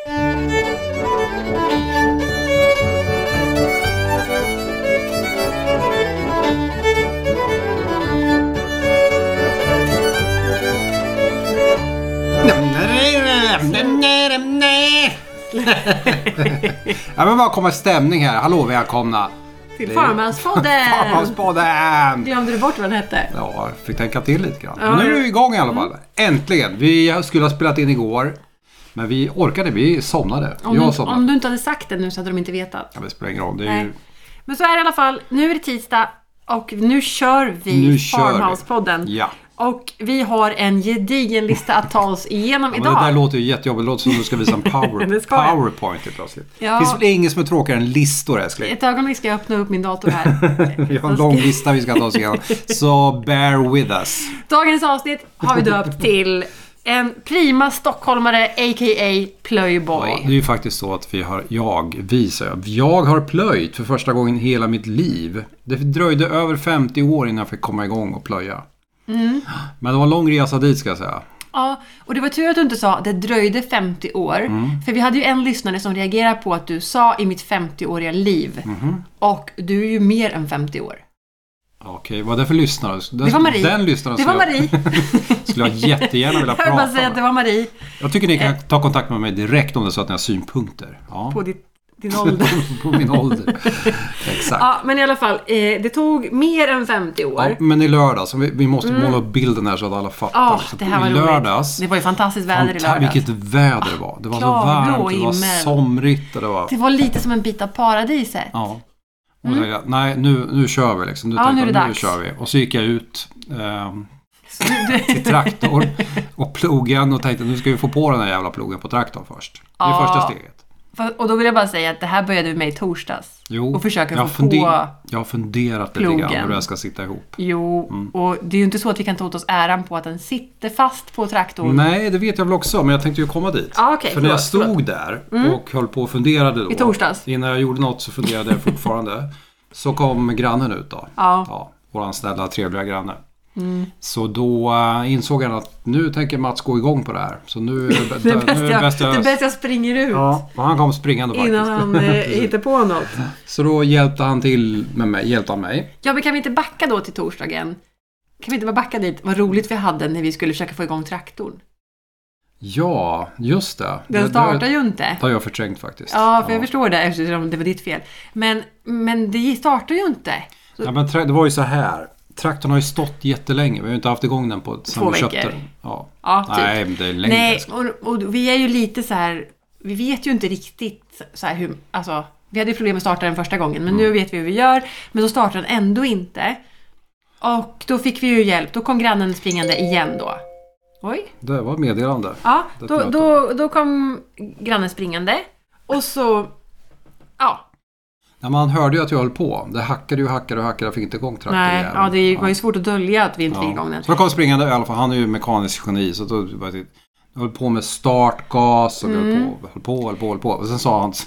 Ja, men bara komma stämning här. Hallå, välkomna till Farmhouse-podden. Farmhouse-podden. Glömde du bort vad den hette? Ja, jag fick tänka till lite grann. Ja, men nu är vi igång i alla fall. Äntligen. Vi skulle ha spelat in igår, men vi orkade. Vi somnade. Om du inte hade sagt det nu så hade de inte vetat. Ja, det spelar ingen roll. Det är ju... Men så är det i alla fall. Nu är det tisdag och nu kör vi Farmhouse-podden. Ja. Och vi har en gedigen lista att ta oss igenom idag. Men det där låter ju jättejobbigt. Det låter som att du ska visa en PowerPoint plötsligt. Ja. Det finns väl inget som är tråkigare än listor, älskling. Ett ögonblick ska jag öppna upp min dator här. Vi har en lång lista vi ska ta oss igenom. Så bear with us. Dagens avsnitt har vi döpt till en prima stockholmare, a.k.a. plöjboy. Ja, det är ju faktiskt så att jag har plöjt för första gången i hela mitt liv. Det dröjde över 50 år innan jag fick komma igång och plöja. Mm. Men det var en lång resa dit, ska jag säga. Ja, och det var tur att du inte sa det dröjde 50 år. För vi hade ju en lyssnare som reagerade på att du sa i mitt 50-åriga liv. Och du är ju mer än 50 år. Okej, vad är det för lyssnare? Det var Marie. Den lyssnaren det var Marie. Skulle jag jättegärna vilja prata med. Jag vill bara säga att det var Marie. Jag tycker ni kan ta kontakt med mig direkt om det är så att ni har synpunkter. Ja. På din ålder. På min ålder. Exakt. Ja, men i alla fall, det tog mer än 50 år. Ja, men i lördags, vi måste måla upp bilden här så att alla fattar. Ja, det här var lördags. Det var ju fantastiskt väder i lördags. Vilket väder det var. Det var så varmt, det var somrigt. Det var lite som en bit av paradiset. Ja. Och så jag, nej, nu kör vi liksom. Nu är det dags. Nu kör vi. Och så gick jag ut till traktor och plogen och tänkte nu ska vi få på den här jävla plogen på traktorn först. Det är första steget. Och då vill jag bara säga att det här började med i torsdags. Jo, och försöka få på jag har funderat lite grann hur det ska sitta ihop. Jo, och det är ju inte så att vi kan ta åt oss äran på att den sitter fast på traktorn. Nej, det vet jag väl också, men jag tänkte ju komma dit. Okay, för när jag stod där och höll på och funderade då. I torsdags. Innan jag gjorde något så funderade jag fortfarande. Så kom grannen ut då. Ja. Våran snälla, trevliga granne. Så då insåg han att nu tänker Mats gå igång på det här. Så nu är det bäst jag springer ut. Ja, och han kom springande faktiskt. Innan han hittar på något. Så då hjälpte han mig. Ja, men kan vi inte backa då till torsdagen? Kan vi inte bara backa dit? Vad roligt vi hade när vi skulle försöka få igång traktorn. Ja, just det. Den startar ju inte. Det har jag förträngt faktiskt. Ja, för jag förstår det eftersom det var ditt fel. Men det startar ju inte. Så... Ja, men det var ju så här. Traktorn har ju stått jättelänge. Vi har ju inte haft igång den på 2 veckor. Ja, typ. Nej, men det är längre. Nej, och vi är ju lite så här... Vi vet ju inte riktigt så här hur... Alltså, vi hade ju problem med att starta den första gången. Men nu vet vi hur vi gör. Men då startar den ändå inte. Och då fick vi ju hjälp. Då kom grannen springande igen då. Oj. Det var meddelande. Ja, då kom grannen springande. Och så... Ja. Ja, man hörde ju att jag höll på. Det hackade. Jag fick inte igång traktorn. Nej, ja, det var ju svårt att dölja att vi inte fick igång den. Så jag kom springande i alla fall. Han är ju mekanisk geni. Så då jag höll på med startgas och höll på. Och sen sa han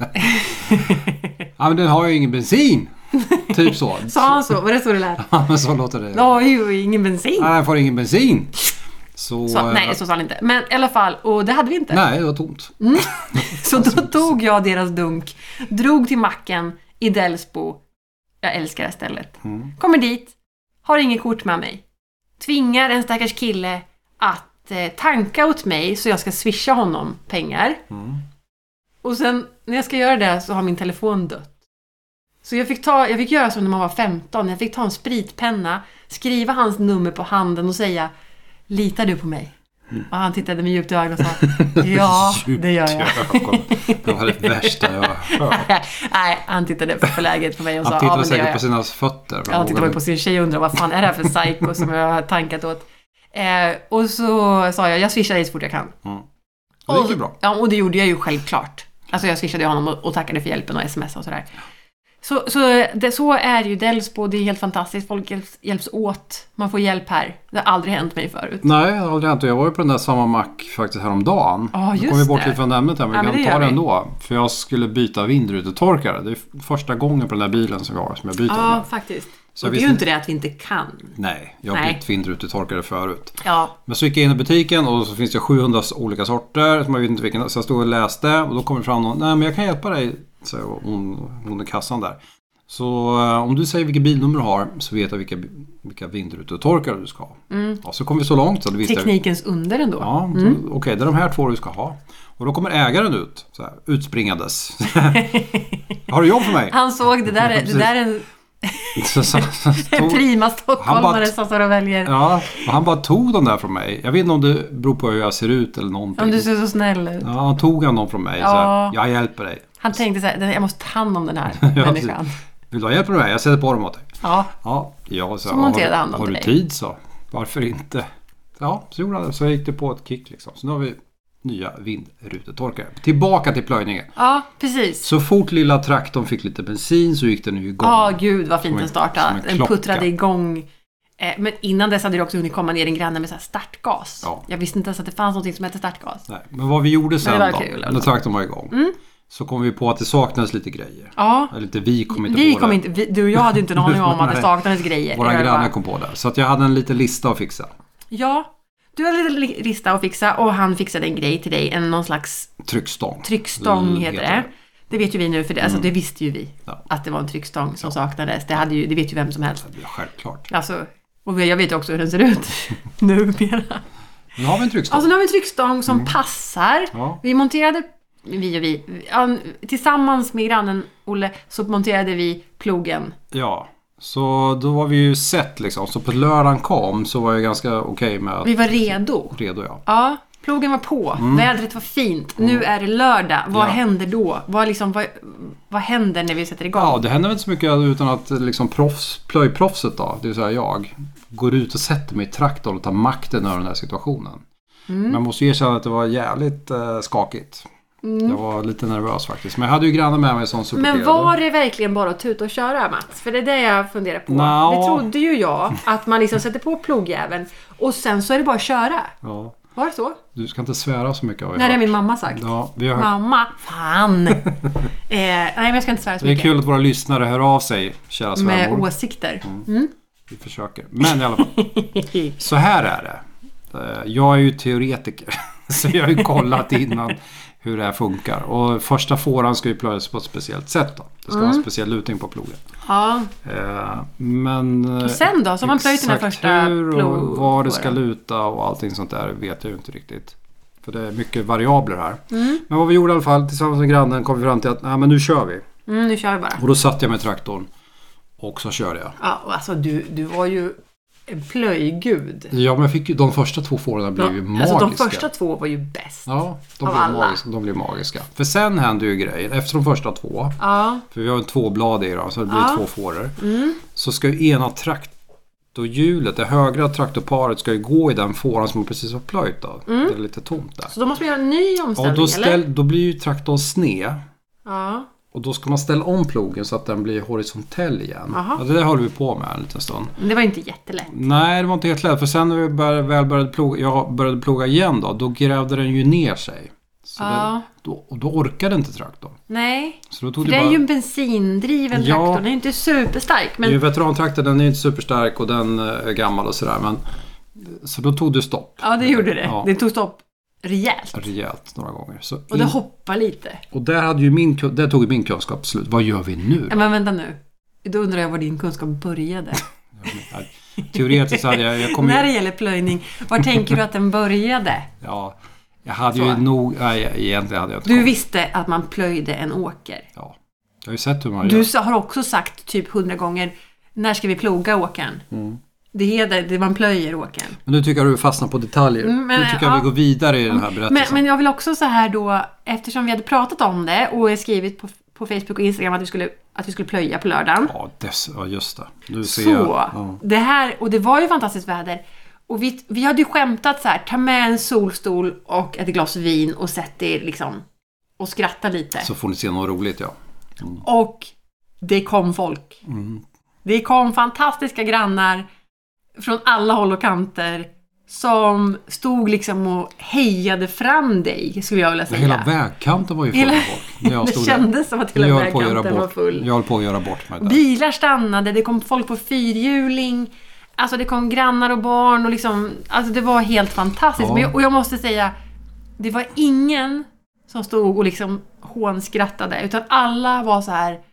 ja, men den har ju ingen bensin. Typ så. Sa han så? Var det så det lät? Ja, men så låter det. Det har ju ingen bensin. Nej, den får ingen bensin. Nej, så sa han inte. Men i alla fall, och det hade vi inte. Nej, det var tomt. Så då tog jag deras dunk, drog till macken i Delsbo. Jag älskar det stället. Kommer dit, har inget kort med mig. Tvingar en stackars kille att tanka åt mig så jag ska swisha honom pengar. Och sen när jag ska göra det så har min telefon dött. Så jag fick göra som när man var 15. Jag fick ta en spritpenna, skriva hans nummer på handen och säga: litar du på mig? Och han tittade med djupt i ögonen och sa: ja, det gör jag. Det var det värsta jag har hört. Nej, han tittade för läget på mig och sa: han tittade säkert på sina fötter. Han tittade på sin tjej och undrade: vad fan är det här för psycho som jag har tankat åt? Och så sa jag swishar dig så fort jag kan. Och det gick ju bra. Ja, och det gjorde jag ju självklart. Alltså jag swishade honom och tackade för hjälpen och sms och sådär. Så är ju Delsbo, det är helt fantastiskt. Folk hjälps åt. Man får hjälp här. Det har aldrig hänt mig förut. Nej, det har aldrig hänt. Jag var ju på den där samma mack faktiskt häromdagen. Ja, just det. Då kom vi bort lite från ämnet här, men vi kan ta det ändå. För jag skulle byta vindrutetorkare. Det är första gången på den där bilen som jag byter. Ja, faktiskt. Så och det är ju inte det att vi inte kan. Nej, jag har blivit vindrutetorkare förut. Ja. Men så gick jag in i butiken och så finns det 700 olika sorter som jag vet inte vilken. Så jag stod och läste och då kom det fram någon. Nej, men jag kan hjälpa dig, så hon är kassan där. Så om du säger vilket bilnummer du har så vet jag vilka vindrutetorkare du ska ha. Ja, så kom vi så långt. Så teknikens under ändå. Ja, okej, det är de här två du ska ha. Och då kommer ägaren ut, så här, utspringandes. Har du jobb för mig? Han såg det där är en... en prima stockholmare som står och väljer. Ja, och han bara tog dem där från mig. Jag vet inte om det beror på hur jag ser ut eller någonting. Om du ser så snäll ut. Ja, han tog dem från mig. Ja. Så här, jag hjälper dig. Han tänkte så här, jag måste ta hand om den här människan. Vill du ha hjälp med det här? Jag sätter på dem åt dig. Ja, så monterade han har du tid så? Varför inte? Ja, så gjorde han det. Så gick det på ett kick liksom. Så nu har vi nya vindrutetorkare. Tillbaka till plöjningen. Ja, precis. Så fort lilla traktorn fick lite bensin så gick den ju igång. Ja, gud vad fint den startade. Den puttrade igång. Men innan dess hade det också hunnit komma ner en granne med så här startgas. Ja. Jag visste inte ens att det fanns något som hette startgas. Nej, men vad vi gjorde sen då, när traktorn var igång. Så kom vi på att det saknades lite grejer. Ja. Eller vi kom inte på det. Du och jag hade inte en aning om att det saknades grejer. Våra grannar kom på det. Så att jag hade en liten lista att fixa. Ja, du hade en liten lista att fixa och han fixade en grej till dig. Någon slags... Tryckstång heter det. Det vet ju vi nu, för det, alltså, det visste ju vi. Ja. Att det var en tryckstång som saknades. Det vet ju vem som helst. Ja, självklart. Alltså, och jag vet också hur den ser ut numera. Nu har vi en tryckstång. Alltså nu har vi en tryckstång som passar. Ja. Vi monterade... tillsammans med grannen Olle så monterade vi plogen. Ja, så då var vi ju sett liksom. Så på lördagen kom så var jag ganska okej med att... Vi var redo. Ja. Ja, plogen var på. Vädret var fint. Nu är det lördag. Vad händer då? Vad händer när vi sätter igång? Ja, det händer inte så mycket utan att liksom plöjproffset då, det vill säga jag, går ut och sätter mig i traktorn och tar makten över den här situationen. Man måste ju erkänna att det var jävligt skakigt. Jag var lite nervös faktiskt. Men jag hade ju grannar med mig som supporterade. Men var det verkligen bara att tuta och köra, Mats? För det är det jag funderar på. Det trodde ju jag. Att man liksom sätter på plogjäveln. Och sen så är det bara att köra. Ja. Var det så? Du ska inte svära så mycket. Nej, det har min mamma sagt. Ja, mamma, fan. Nej, men jag ska inte svära så mycket. Det är kul att våra lyssnare hör av sig, kära svärmor. Med åsikter. Vi försöker. Men i alla fall. Så här är det. Jag är ju teoretiker. Så jag har ju kollat innan hur det här funkar. Och första fåran ska ju plöjas på ett speciellt sätt då. Det ska vara en speciell lutning på plogen. Ja. Men och sen då? Så man plöjt den här första och var det ska luta och allting sånt där vet jag ju inte riktigt. För det är mycket variabler här. Men vad vi gjorde i alla fall tillsammans med grannen kom vi fram till att men nu kör vi. Nu kör vi bara. Och då satt jag med traktorn. Och så körde jag. Ja, alltså du var ju en plöjgud. Ja, men jag fick ju, de första 2 fårorna blev ju magiska. Alltså de första 2 var ju bäst. Ja, de blev magiska. För sen hände ju grejen, efter de första 2. Ja. För vi har en 2-blad i dem, så det blir 2 fåror. Så ska ju ena traktorhjulet, det högra traktorparet ska ju gå i den fåran som man precis har plöjt av. Det är lite tomt där. Så då måste man göra en ny omställning, eller? Då blir ju traktorn sned. Ja. Och då ska man ställa om plogen så att den blir horisontell igen. Ja, det där håller vi på med en liten stund. Men det var inte jättelätt. Nej, det var inte helt lätt. För sen när vi började ploga igen då grävde den ju ner sig. Så då orkade inte traktorn. Nej, så då tog för det är ju en bensindriven traktor. Den är inte superstark. Men... Det är ju veterantraktor, den är inte superstark och den är gammal och sådär. Men... Så då tog det stopp. Ja, det gjorde det. Ja. Det tog stopp. Rejält några gånger. Och det hoppar lite. Och där tog min kunskap slut. Vad gör vi nu? Ja, men vänta nu. Då undrar jag var din kunskap började. Teoretiskt hade jag när det gäller plöjning, var tänker du att den började? Ja, jag hade ju nog... Nej, egentligen hade jag inte Du visste att man plöjde en åker. Ja, jag har ju sett hur man gör. Du har också sagt typ 100 gånger, när ska vi ploga åkern? Det är det man plöjer åkern. Men nu tycker jag du fastnar på detaljer. Nu tycker jag vi går vidare i den här berättelsen. Men jag vill också så här då, eftersom vi hade pratat om det och skrivit på Facebook och Instagram att vi skulle plöja på lördagen. Ja, just det. Nu ser jag. Det här, och det var ju fantastiskt väder. Och vi hade ju skämtat så här, ta med en solstol och ett glas vin och sätt er liksom och skratta lite. Så får ni se något roligt, ja. Och det kom folk. Det kom fantastiska grannar från alla håll och kanter som stod liksom och hejade fram dig, skulle jag vilja säga. Hela vägkanten var ju full av folk. Det kändes som att hela vägkanten var full. Jag höll på att göra bort mig där. Bilar stannade, det kom folk på fyrhjuling. Alltså det kom grannar och barn och liksom, alltså det var helt fantastiskt. Ja. Och jag måste säga, det var ingen som stod och liksom hånskrattade, utan alla var så här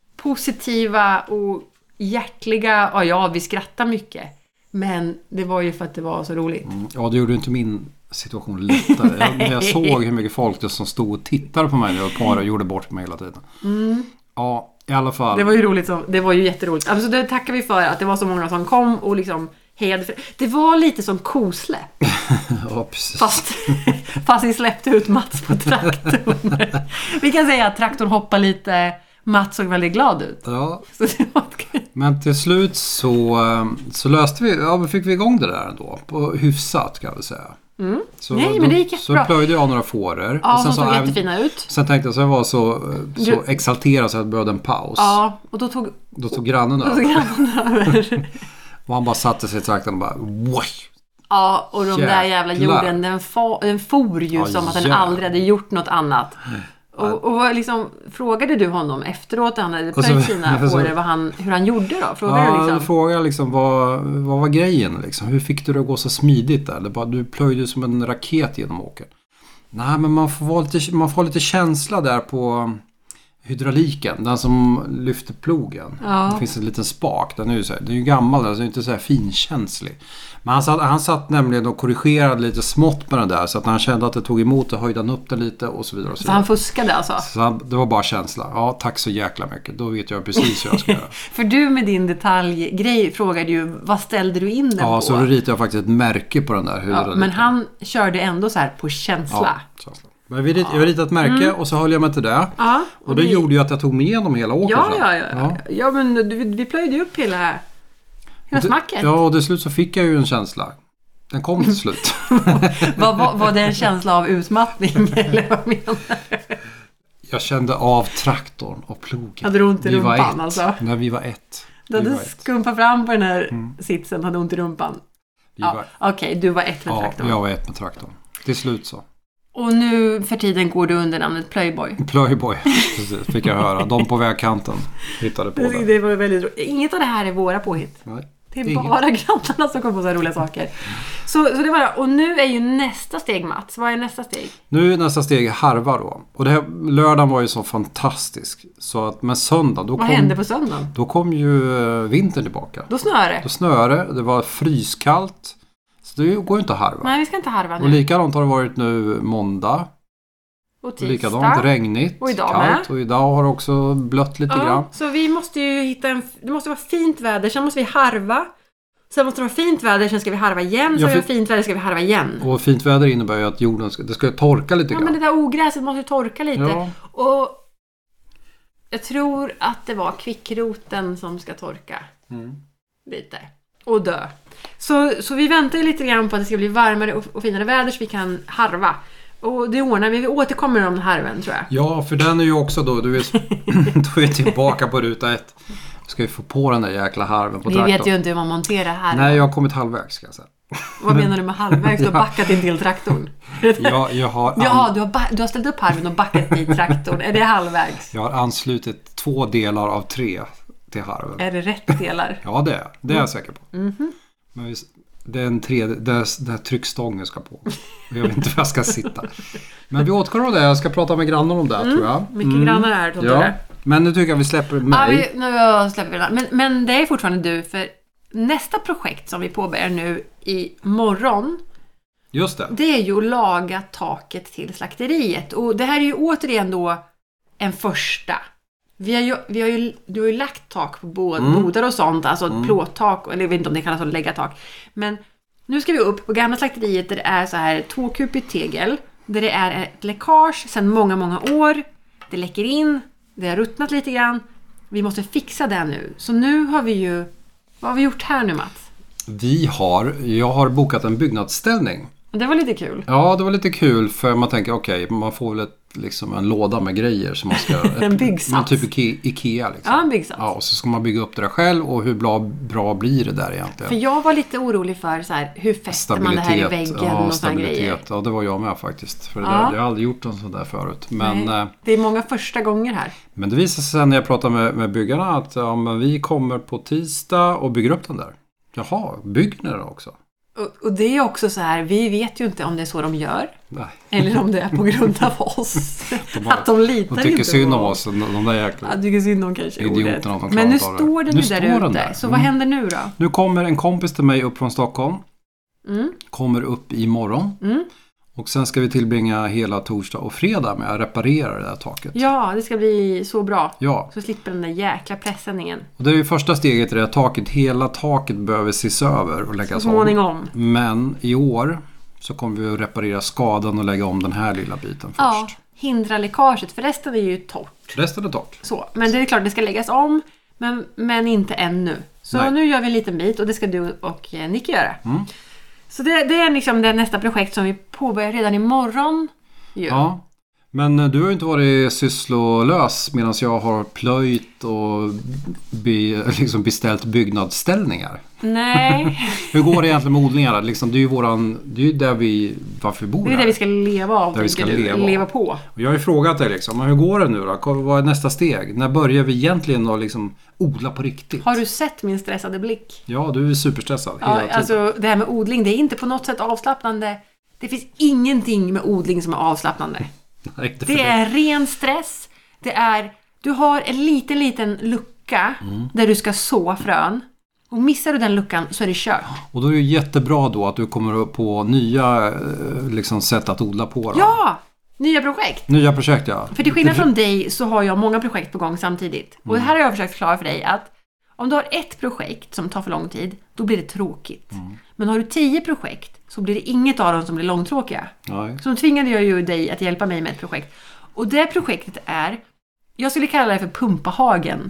positiva och hjärtliga. Ja, vi skrattar mycket. Men det var ju för att det var så roligt. Ja, det gjorde inte min situation lättare. Jag såg hur mycket folk det som stod och tittade på mig när jag var på och gjorde bort mig hela tiden. Ja, i alla fall. Det var ju roligt. Det var ju jätteroligt. Alltså det tackar vi för, att det var så många som kom och liksom hejade. Det var lite som kosläpp. Ja, precis. Fast vi släppte ut Mats på traktorn. Vi kan säga att traktorn hoppade lite. Mats såg väldigt glad ut. Ja. Så det var okej. Men till slut så löste vi, fick vi igång det där ändå. På hyfsat, kan vi säga. Så Nej, men det gick jättebra. Så plöjde jag några fåror. Ja, och sen de såg jättefina ut. Sen tänkte jag så jag var så exalterad så jag behövde en paus. Ja, och då tog grannen över. Och han bara satte sig i traktorn och bara... Woj! Ja, och de där jävla jorden, den for ju som att den aldrig hade gjort något annat. Och liksom, frågade du honom efteråt han hade plöjt sina fåror hur han gjorde då? Jag frågade liksom, vad var grejen liksom? Hur fick du det att gå så smidigt där? Du plöjde som en raket genom åkern. Nej, men man får lite känsla där på hydrauliken, den som lyfter plogen. Ja. Det finns en liten spak, den är ju gammal, den är inte så här finkänslig. Men han satt nämligen och korrigerade lite smått med den där, så att när han kände att det tog emot det höjde han upp det lite och så vidare. Och så han fuskade alltså? Så det var bara känsla. Ja, tack så jäkla mycket. Då vet jag precis hur jag ska göra. För du med din detaljgrej frågade ju, vad ställde du in den på? Ja, så då ritade jag faktiskt ett märke på den där. Men han körde ändå så här på känsla. Ja, känsla. Men jag ritade ett märke och så höll jag mig till det. Ja, och det gjorde ju att jag tog med igenom hela åkern. Ja, men vi plöjde ju upp hela smacket. Ja, och till slut så fick jag ju en känsla. Den kom till slut. Var det en känsla av utmattning? Eller vad menar du? Jag kände av traktorn och plogen. Hade du ont i rumpan alltså? När vi var ett. Du hade skumpat fram på den här sitsen, hade ont i rumpan. Okej, du var ett med traktorn. Ja, jag var ett med traktorn. Till slut så. Och nu för tiden går du under namnet Plöjboy. Plöjboy, precis, fick jag höra. De på vägkanten hittade på det. Det var väldigt roligt. Inget av det här är våra påhitt. Nej. Det är bara grannarna som kommer på så här roliga saker. Så det var det. Och nu är ju nästa steg, Mats. Vad är nästa steg? Nu är nästa steg harva då. Och det här, lördagen var ju så fantastisk. Så att med söndag... Vad hände på söndagen? Då kom ju vintern tillbaka. Då snöade det. Det var fryskallt. Så det går ju inte att harva. Nej, vi ska inte harva nu. Och likadant har det varit nu måndag. Och tisdag. Likadant regnigt. Och idag kallt. Och idag har det också blött lite grann. Så vi måste ju hitta det måste vara fint väder. Sen måste vi harva. Sen måste det vara fint väder. Sen ska vi harva igen. Så vi har fint väder ska vi harva igen. Och fint väder innebär ju att jorden ska torka lite grann. Ja, men det där ogräset måste torka lite. Ja. Och jag tror att det var kvickroten som ska torka. Lite. Och dö. Så vi väntar lite grann på att det ska bli varmare och finare väder så vi kan harva. Och det ordnar vi. Vi återkommer om harven, tror jag. Ja, för den är ju också då du är tillbaka på ruta 1. Ska vi få på den där jäkla harven på traktorn. Vi vet ju inte hur man monterar harven. Nej, jag har kommit halvvägs, ska jag säga. Vad menar du med halvvägs? Du har backat in till traktorn. Jag har du har ställt upp harven och backat i traktorn. Är det halvvägs? Jag har anslutit 2 delar av 3 till harven. Är det rätt delar? Ja, det är jag säker på. Men det är en tredje, där tryckstången ska på. Jag vet inte var jag ska sitta. Men vi återkommer om det. Jag ska prata med grannen om det, tror jag. Mycket grannar här, tror jag. Men nu tycker jag vi släpper mig. Nu släpper vi. Men det är fortfarande du, för nästa projekt som vi påbörjar nu i morgon. Just det. Det är ju att laga taket till slakteriet. Och det här är ju återigen då en första. Du har ju lagt tak på bodar och sånt, alltså plåttak, eller jag vet inte om det kallas att lägga tak. Men nu ska vi upp på gamla slakteriet där det är så här 2-kupigt tegel, där det är ett läckage sedan många år. Det läcker in, det har ruttnat lite grann. Vi måste fixa det nu. Så nu har vi ju... Vad har vi gjort här nu, Mats? Jag har bokat en byggnadsställning. Det var lite kul. Ja, det var lite kul för man tänker okej, man får väl liksom en låda med grejer som man ska... En byggsats. Men typ Ikea liksom. Ja, en byggsats. Ja, och så ska man bygga upp det där själv och hur bra blir det där egentligen? För jag var lite orolig för så här, hur fäster man det här i väggen och såna grejer. Ja, det var jag med faktiskt. För jag har aldrig gjort en sån där förut. Men, det är många första gånger här. Men det visade sig när jag pratade med byggarna att men vi kommer på tisdag och bygger upp den där. Jaha, bygger ni det också? Och det är också så här, vi vet ju inte om det är så de gör. Nej. Eller om det är på grund av oss. Att de litar de tycker inte synd om på oss, de där jäkla tycker synd om kanske idioterna. Men nu står den ju där ute. Så vad händer nu då? Nu kommer en kompis till mig upp från Stockholm. Kommer upp imorgon. Och sen ska vi tillbringa hela torsdag och fredag med att reparera det där taket. Ja, det ska bli så bra. Ja. Så slipper den där jäkla pressändningen. Och det är ju första steget i det här taket. Hela taket behöver ses över och läggas om. Men i år så kommer vi att reparera skadan och lägga om den här lilla biten först. Ja, hindra läckaget. För resten är ju torrt. Resten är torrt. Så, men det är klart det ska läggas om. Men inte ännu. Så nu gör vi en liten bit och det ska du och Nicky göra. Så det är liksom det nästa projekt som vi påbörjar redan imorgon. Ja, men du har ju inte varit sysslolös medan jag har plöjt och liksom beställt byggnadsställningar. Nej. Hur går det egentligen med odlingarna? Liksom, det är ju där varför vi bor här. Det är där vi ska leva av. Där vi ska leva på. Och jag har ju frågat dig liksom, men hur går det nu då? Vad är nästa steg? När börjar vi egentligen att liksom odla på riktigt? Har du sett min stressade blick? Ja, du är superstressad hela tiden. Alltså det här med odling, det är inte på något sätt avslappnande. Det finns ingenting med odling som är avslappnande. Nej, det är ren stress. Du har en liten lucka där du ska så frön. Och missar du den luckan så är det kört. Och då är det jättebra då att du kommer på nya liksom, sätt att odla på. Då. Ja! Nya projekt. Nya projekt, ja. För till skillnad från dig så har jag många projekt på gång samtidigt. Och här har jag försökt förklara för dig att om du har ett projekt som tar för lång tid, då blir det tråkigt. Men har du 10 projekt så blir det inget av dem som blir långtråkiga. Nej. Så då tvingade jag ju dig att hjälpa mig med ett projekt. Och det projektet jag skulle kalla det för pumpahagen.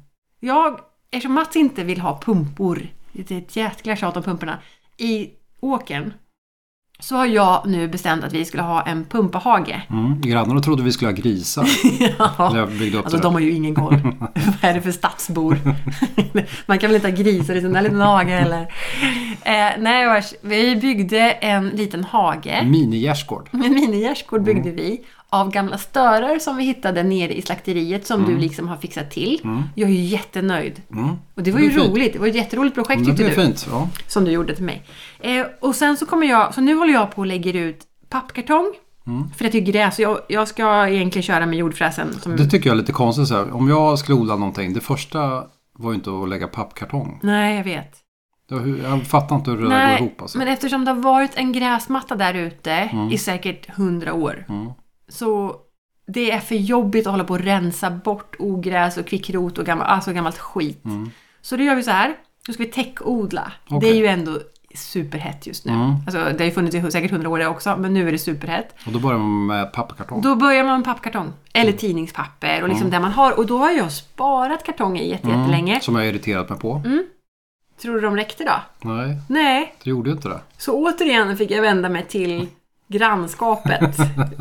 Eftersom Mats inte vill ha pumpor, det är ett jäkla tjat om pumporna, i åkern, så har jag nu bestämt att vi skulle ha en pumpahage. Grannarna trodde vi skulle ha grisar. Ja, jag byggde upp alltså de har ju ingen koll. Vad är det för stadsbor? Man kan väl inte ha grisar i sin där liten hage eller? Nej, vi byggde en liten hage. En mini-gärdsgård. En mini-gärdsgård byggde vi av gamla störer som vi hittade nere i slakteriet som du liksom har fixat till. Jag är ju jättenöjd. Och det var ju roligt. Det var ett jätteroligt projekt tyckte du. Fint, ja. Som du gjorde till mig. Och sen så så nu håller jag på och lägger ut pappkartong. För jag tycker det. Så jag ska egentligen köra med jordfräsen. Det tycker jag är lite konstigt så här. Om jag skulle odla någonting, det första var ju inte att lägga pappkartong. Nej, jag vet. Jag fattar inte hur det där går ihop. Alltså. Men eftersom det har varit en gräsmatta där ute i säkert 100 år. Så det är för jobbigt att hålla på och rensa bort ogräs och kvickrot och gammalt skit. Så då gör vi så här. Då ska vi täckodla. Okay. Det är ju ändå superhett just nu. Alltså, det har ju funnits i säkert 100 år också, men nu är det superhett. Och då börjar man med pappkartong? Då börjar man med pappkartong. Eller tidningspapper och liksom det man har. Och då har jag sparat kartonger jättelänge. Som jag har irriterat mig på. Tror du de räckte då? Nej. Det gjorde inte det. Så återigen fick jag vända mig till grannskapet.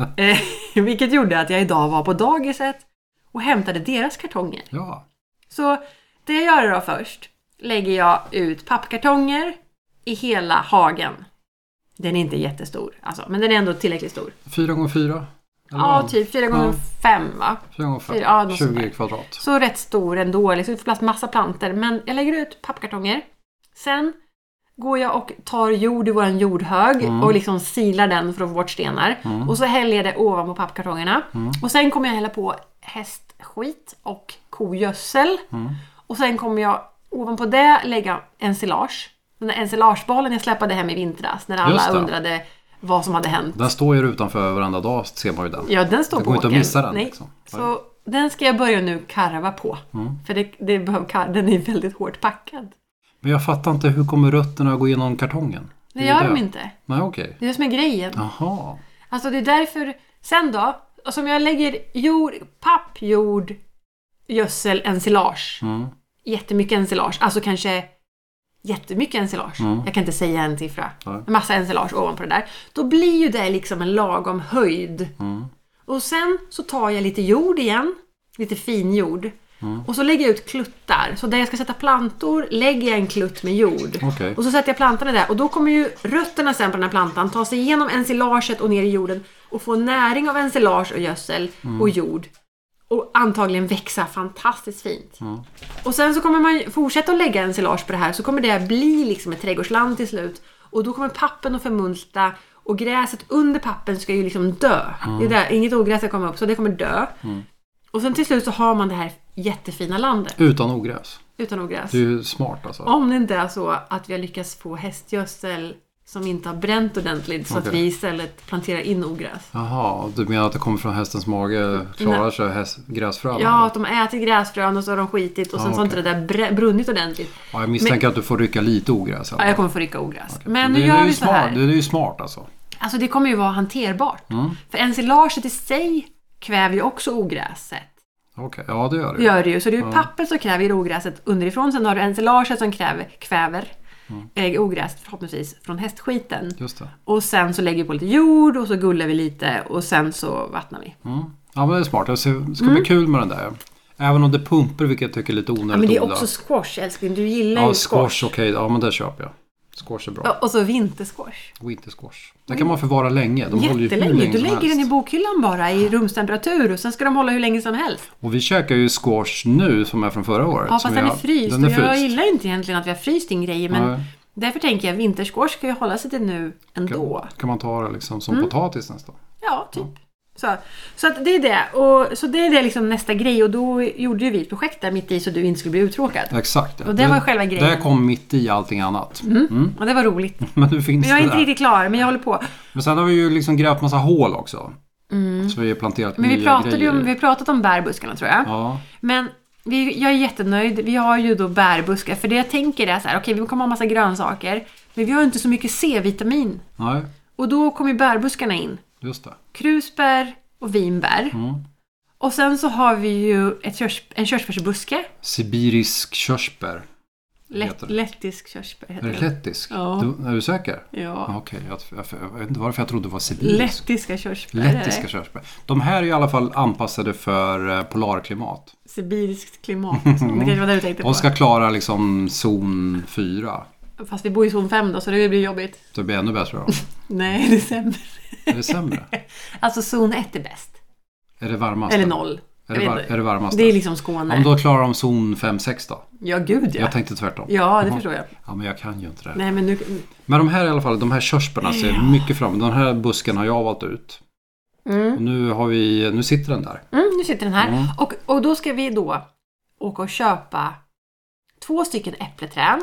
Vilket gjorde att jag idag var på dagiset och hämtade deras kartonger. Ja. Så det jag gör då först, lägger jag ut pappkartonger i hela hagen. Den är inte jättestor, alltså, men den är ändå tillräckligt stor. 4x4? Ja, typ 4x5 va? 4x5, ja, 20 kvadrat. Så rätt stor ändå, liksom får plats massa planter. Men jag lägger ut pappkartonger. Sen går jag och tar jord i våran jordhög och liksom silar den för att få bort stenar. Och så häller jag det ovanpå pappkartongerna. Och sen kommer jag hälla på hästskit och kogödsel. Och sen kommer jag ovanpå det lägga ensilage. Den där ensilagebollen jag släppade hem i vintras när alla undrade vad som hade hänt. Den står ju utanför varenda dag, ser man ju den. Ja, den står på åkern. Det går inte att missa den. Nej. Liksom. Så den ska jag börja nu karva på. För den är väldigt hårt packad. Men jag fattar inte, hur kommer rötterna att gå igenom kartongen? Det gör de inte. Nej, okej. Det är det som är grejen. Jaha. Alltså det är därför, sen då, alltså om jag lägger jord, gödsel, ensilage. Jättemycket ensilage. Alltså kanske jättemycket ensilage. Jag kan inte säga en siffra. Nej. En massa ensilage ovanpå det där. Då blir ju det liksom en lagom höjd. Och sen så tar jag lite jord igen. Lite fin jord. Och så lägger jag ut kluttar. Så där jag ska sätta plantor lägger jag en klutt med jord. Okay. Och så sätter jag plantorna där. Och då kommer ju rötterna sen på den här plantan ta sig igenom ensilaget och ner i jorden. Och få näring av ensilage och gödsel och jord. Och antagligen växa fantastiskt fint. Och sen så kommer man fortsätta att lägga ensilage på det här. Så kommer det bli liksom ett trädgårdsland till slut. Och då kommer pappen att förmulta. Och gräset under pappen ska ju liksom dö. Det är där, inget ogräs ska komma upp, så det kommer dö. Och sen till slut så har man det här jättefina landet. Utan ogräs. Utan ogräs. Det är ju smart alltså. Om det inte är så att vi har lyckats få hästgödsel som inte har bränt ordentligt så att vi istället planterar in ogräs. Jaha, du menar att det kommer från hästens mage, klarar sig gräsfrön? Ja, att de äter gräsfrön och så har de skitit och sen så har inte det där brunnit ordentligt. Ja, jag misstänker att du får rycka lite ogräs. Ja, jag kommer få rycka ogräs. Okay. Men nu gör vi så här. Det är ju smart alltså. Alltså det kommer ju vara hanterbart. För ensilaget i sig kväver ju också ogräset. Okej, ja det gör det. Gör det ju. Så det är ju pappret som kräver ogräset underifrån. Sen har du ensilaget som kväver ogräs förhoppningsvis från hästskiten. Just det. Och sen så lägger vi på lite jord och så gullar vi lite och sen så vattnar vi. Ja, men det är smart. Det ska bli kul med den där. Även om det pumpar, vilket jag tycker är lite onödigt. Ja, men det är också squash, älskling. Du gillar ju squash. Okej. Ja, men det köper jag. Squash är bra. Ja, och så vintersquash. Wintersquash. Det kan man förvara länge. De håller ju hur jättelänge. länge Du som lägger helst. den i bokhyllan bara i rumstemperatur och sen ska de hålla hur länge som helst. Och vi käkar ju squash nu som är från förra året. Ja, fast den är fryst. Den är fryst. Jag gillar inte egentligen att vi har fryst in grejer, men därför tänker jag vintersquash ska ju hålla sig till nu ändå. Kan man ta det liksom som potatis nästan? Ja, typ. Så att det är det. Och så det är det liksom nästa grej. Och då gjorde ju vi ett projekt där mitt i så du inte skulle bli uttråkad. Exakt. Och det var själva grejen. Det kom mitt i allting annat. Och det var roligt. Men nu finns jag är det inte där. riktigt klar, men jag håller på. Men sen har vi ju liksom grävt massa hål också. Så vi har planterat men nya grejer. Vi har pratat om bärbuskarna tror jag. Ja. Men jag är jättenöjd. Vi har ju då bärbuskar. För det jag tänker är så här, okej, vi kommer ha massa grönsaker. Men vi har inte så mycket C-vitamin. Nej. Och då kommer bärbuskarna in. Just det. Krusbär och vinbär. Och sen så har vi ju en körsbärsbuske. Sibirisk körsbär. Lettisk körsbär heter Är det lettisk? Ja. Är du säker? Ja. Okej, jag vet inte varför jag trodde det var sibirisk. Lettiska körsbär. Lettiska körsbär. De här är i alla fall anpassade för polarklimat. Sibiriskt klimat. Det kanske var det du tänkte på. De ska klara liksom zon 4. Fast vi bor i zon 5 då, så det blir jobbigt. Så det blir ännu bättre då. Nej, det är sämre. Är det sämre? Alltså zon 1 är bäst. Är det varmast? Eller 0. Är det varmast? Det är liksom Skåne. Om då klarar de zon 5-6 då? Ja, gud ja. Jag tänkte tvärtom. Ja, det förstår jag. Ja, men jag kan ju inte det. Nej, men nu... Men de här i alla fall, de här körsbärna ser mycket fram. Den här busken har jag valt ut. Och nu sitter den där. Nu sitter den här. Och då ska vi då åka och köpa 2 stycken äppleträd.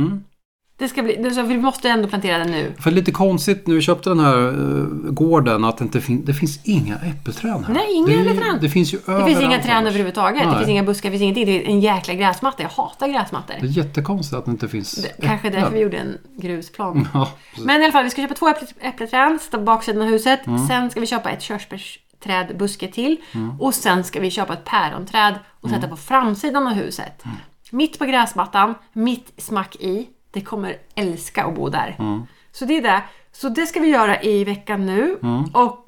Det ska bli, så vi måste ändå plantera den nu. För lite konstigt när vi köpte den här gården att det finns inga äppelträd här. Nej, inga äppelträd. Det finns ju överallt. Det finns inga träd överhuvudtaget. Nej. Det finns inga buskar, det finns ingenting. Det är en jäkla gräsmatta. Jag hatar gräsmattor. Det är jättekonstigt att det inte finns kanske därför vi gjorde en grusplan. Ja, men i alla fall, vi ska köpa 2 äppleträd. Sitta på baksidan av huset. Sen ska vi köpa ett körsbärsträdbuske till. Och sen ska vi köpa ett päronträd och sätta på framsidan av huset. Mitt på gräsmattan, mitt smack i. Det kommer älska att bo där. Så det är det. Så det ska vi göra i veckan nu. Och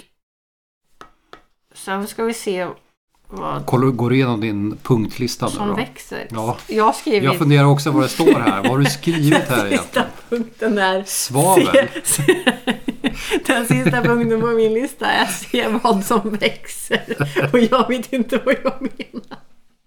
sen ska vi se vad går igenom din punktlista som nu då. växer. Ja. Jag funderar också vad det står här. Vad har du skrivit här egentligen? Sista punkten där. Svavel. Den sista punkten på min lista är se vad som växer. Och jag vet inte vad jag menar.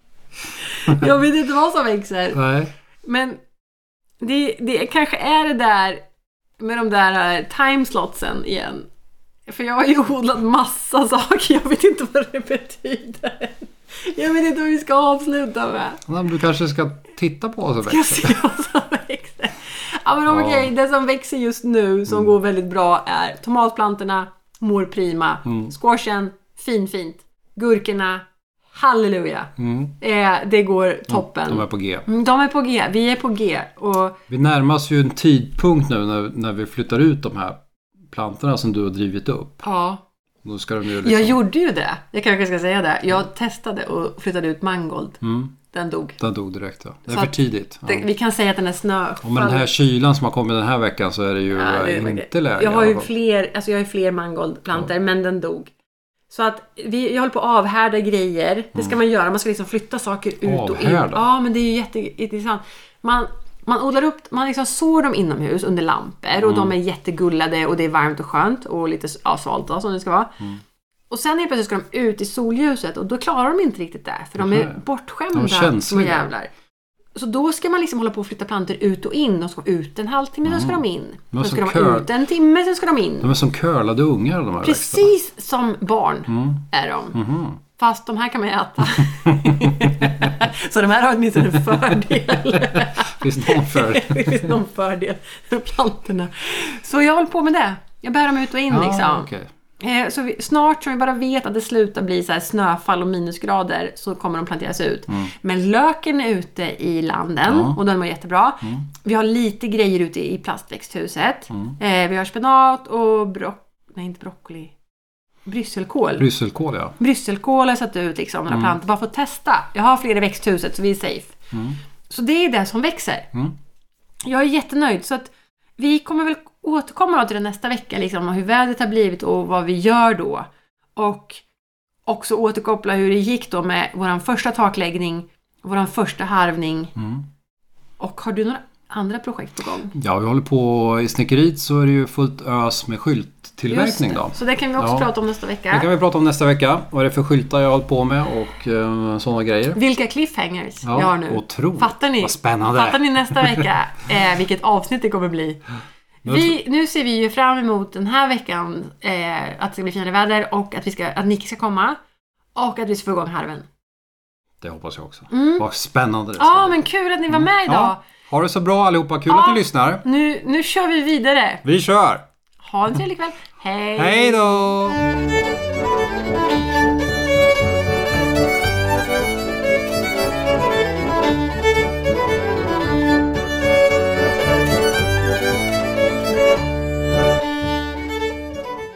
Jag vet inte vad som växer. Nej. Men det kanske är det där med de där timeslotsen igen. För jag har ju odlat massa saker. Jag vet inte vad det betyder. Jag vet inte vad vi ska avsluta med. Men du kanske ska titta på vad som växer. Ska se vad som växer. Ja, men okej. Det som växer just nu som går väldigt bra är tomatplantorna, mor prima, squashen, fint. Gurkorna, halleluja. Det går toppen. De är på G. De är på G. Vi är på G. Och vi närmar oss ju en tidpunkt nu när vi flyttar ut de här plantorna som du har drivit upp. Ja. Då ska de ju liksom... Jag gjorde ju det. Jag kanske ska säga det. Jag testade och flyttade ut mangold. Den dog. Den dog direkt, ja. Det är Så för tidigt. Ja. Vi kan säga att den är snö. Och med den här kylan som har kommit den här veckan så är det ju inte läge. Jag har ju fler mangoldplantor, men den dog. Så att jag håller på att avhärda grejer. Det ska man göra. Man ska liksom flytta saker ut och in. Ja, men det är ju jätteintressant. Man odlar upp, man liksom sår dem inomhus under lampor och de är jättegullade och det är varmt och skönt och lite svalt som det ska vara. Och sen helt plötsligt ska de ut i solljuset och då klarar de inte riktigt det för de är bortskämda små jävlar. Så då ska man liksom hålla på att flytta plantor ut och in. De ska ut en halvtimme, då ska de in. Då ska de ut en timme, sen ska de in. De är som curlade ungar, de här precis växterna. Som barn är de. Fast de här kan man äta. Så de här har åtminstone en fördel. Finns någon fördel? Det finns någon fördel med plantorna. Så jag håller på med det. Jag bär dem ut och in liksom. Okay. Så snart som vi bara vet att det slutar bli så här snöfall och minusgrader så kommer de planteras ut. Men löken är ute i landen och den var jättebra. Vi har lite grejer ute i plastväxthuset. Vi har spenat och inte broccoli. Brysselkål. Brysselkål har jag satt ut liksom några plantor bara för att testa. Jag har fler i växthuset så vi är safe. Så det är det som växer. Jag är jättenöjd så att vi kommer väl återkomma till det nästa vecka liksom, och hur vädret har blivit och vad vi gör då. Och också återkoppla hur det gick då med våran första takläggning, våran första harvning. Och har du några andra projekt på gång? Ja, vi håller på i snickeriet så är det ju fullt ös med skylttillverkning då. Så det kan vi också prata om nästa vecka. Det kan vi prata om nästa vecka. Vad är det för skyltar jag håller på med och sådana grejer. Vilka cliffhangers jag har nu. Otroligt. Fattar ni? Vad spännande. Fattar ni nästa vecka vilket avsnitt det kommer bli? Nu ser vi ju fram emot den här veckan att det ska bli finare väder och att Nicky ska komma och att vi ska få igång harven. Det hoppas jag också. Vad spännande det ska bli. Men kul att ni var med idag. Ja. Ha det så bra allihopa. Kul att ni lyssnar. Nu kör vi vidare. Vi kör. Ha en trevlig kväll. Hej. Hej då.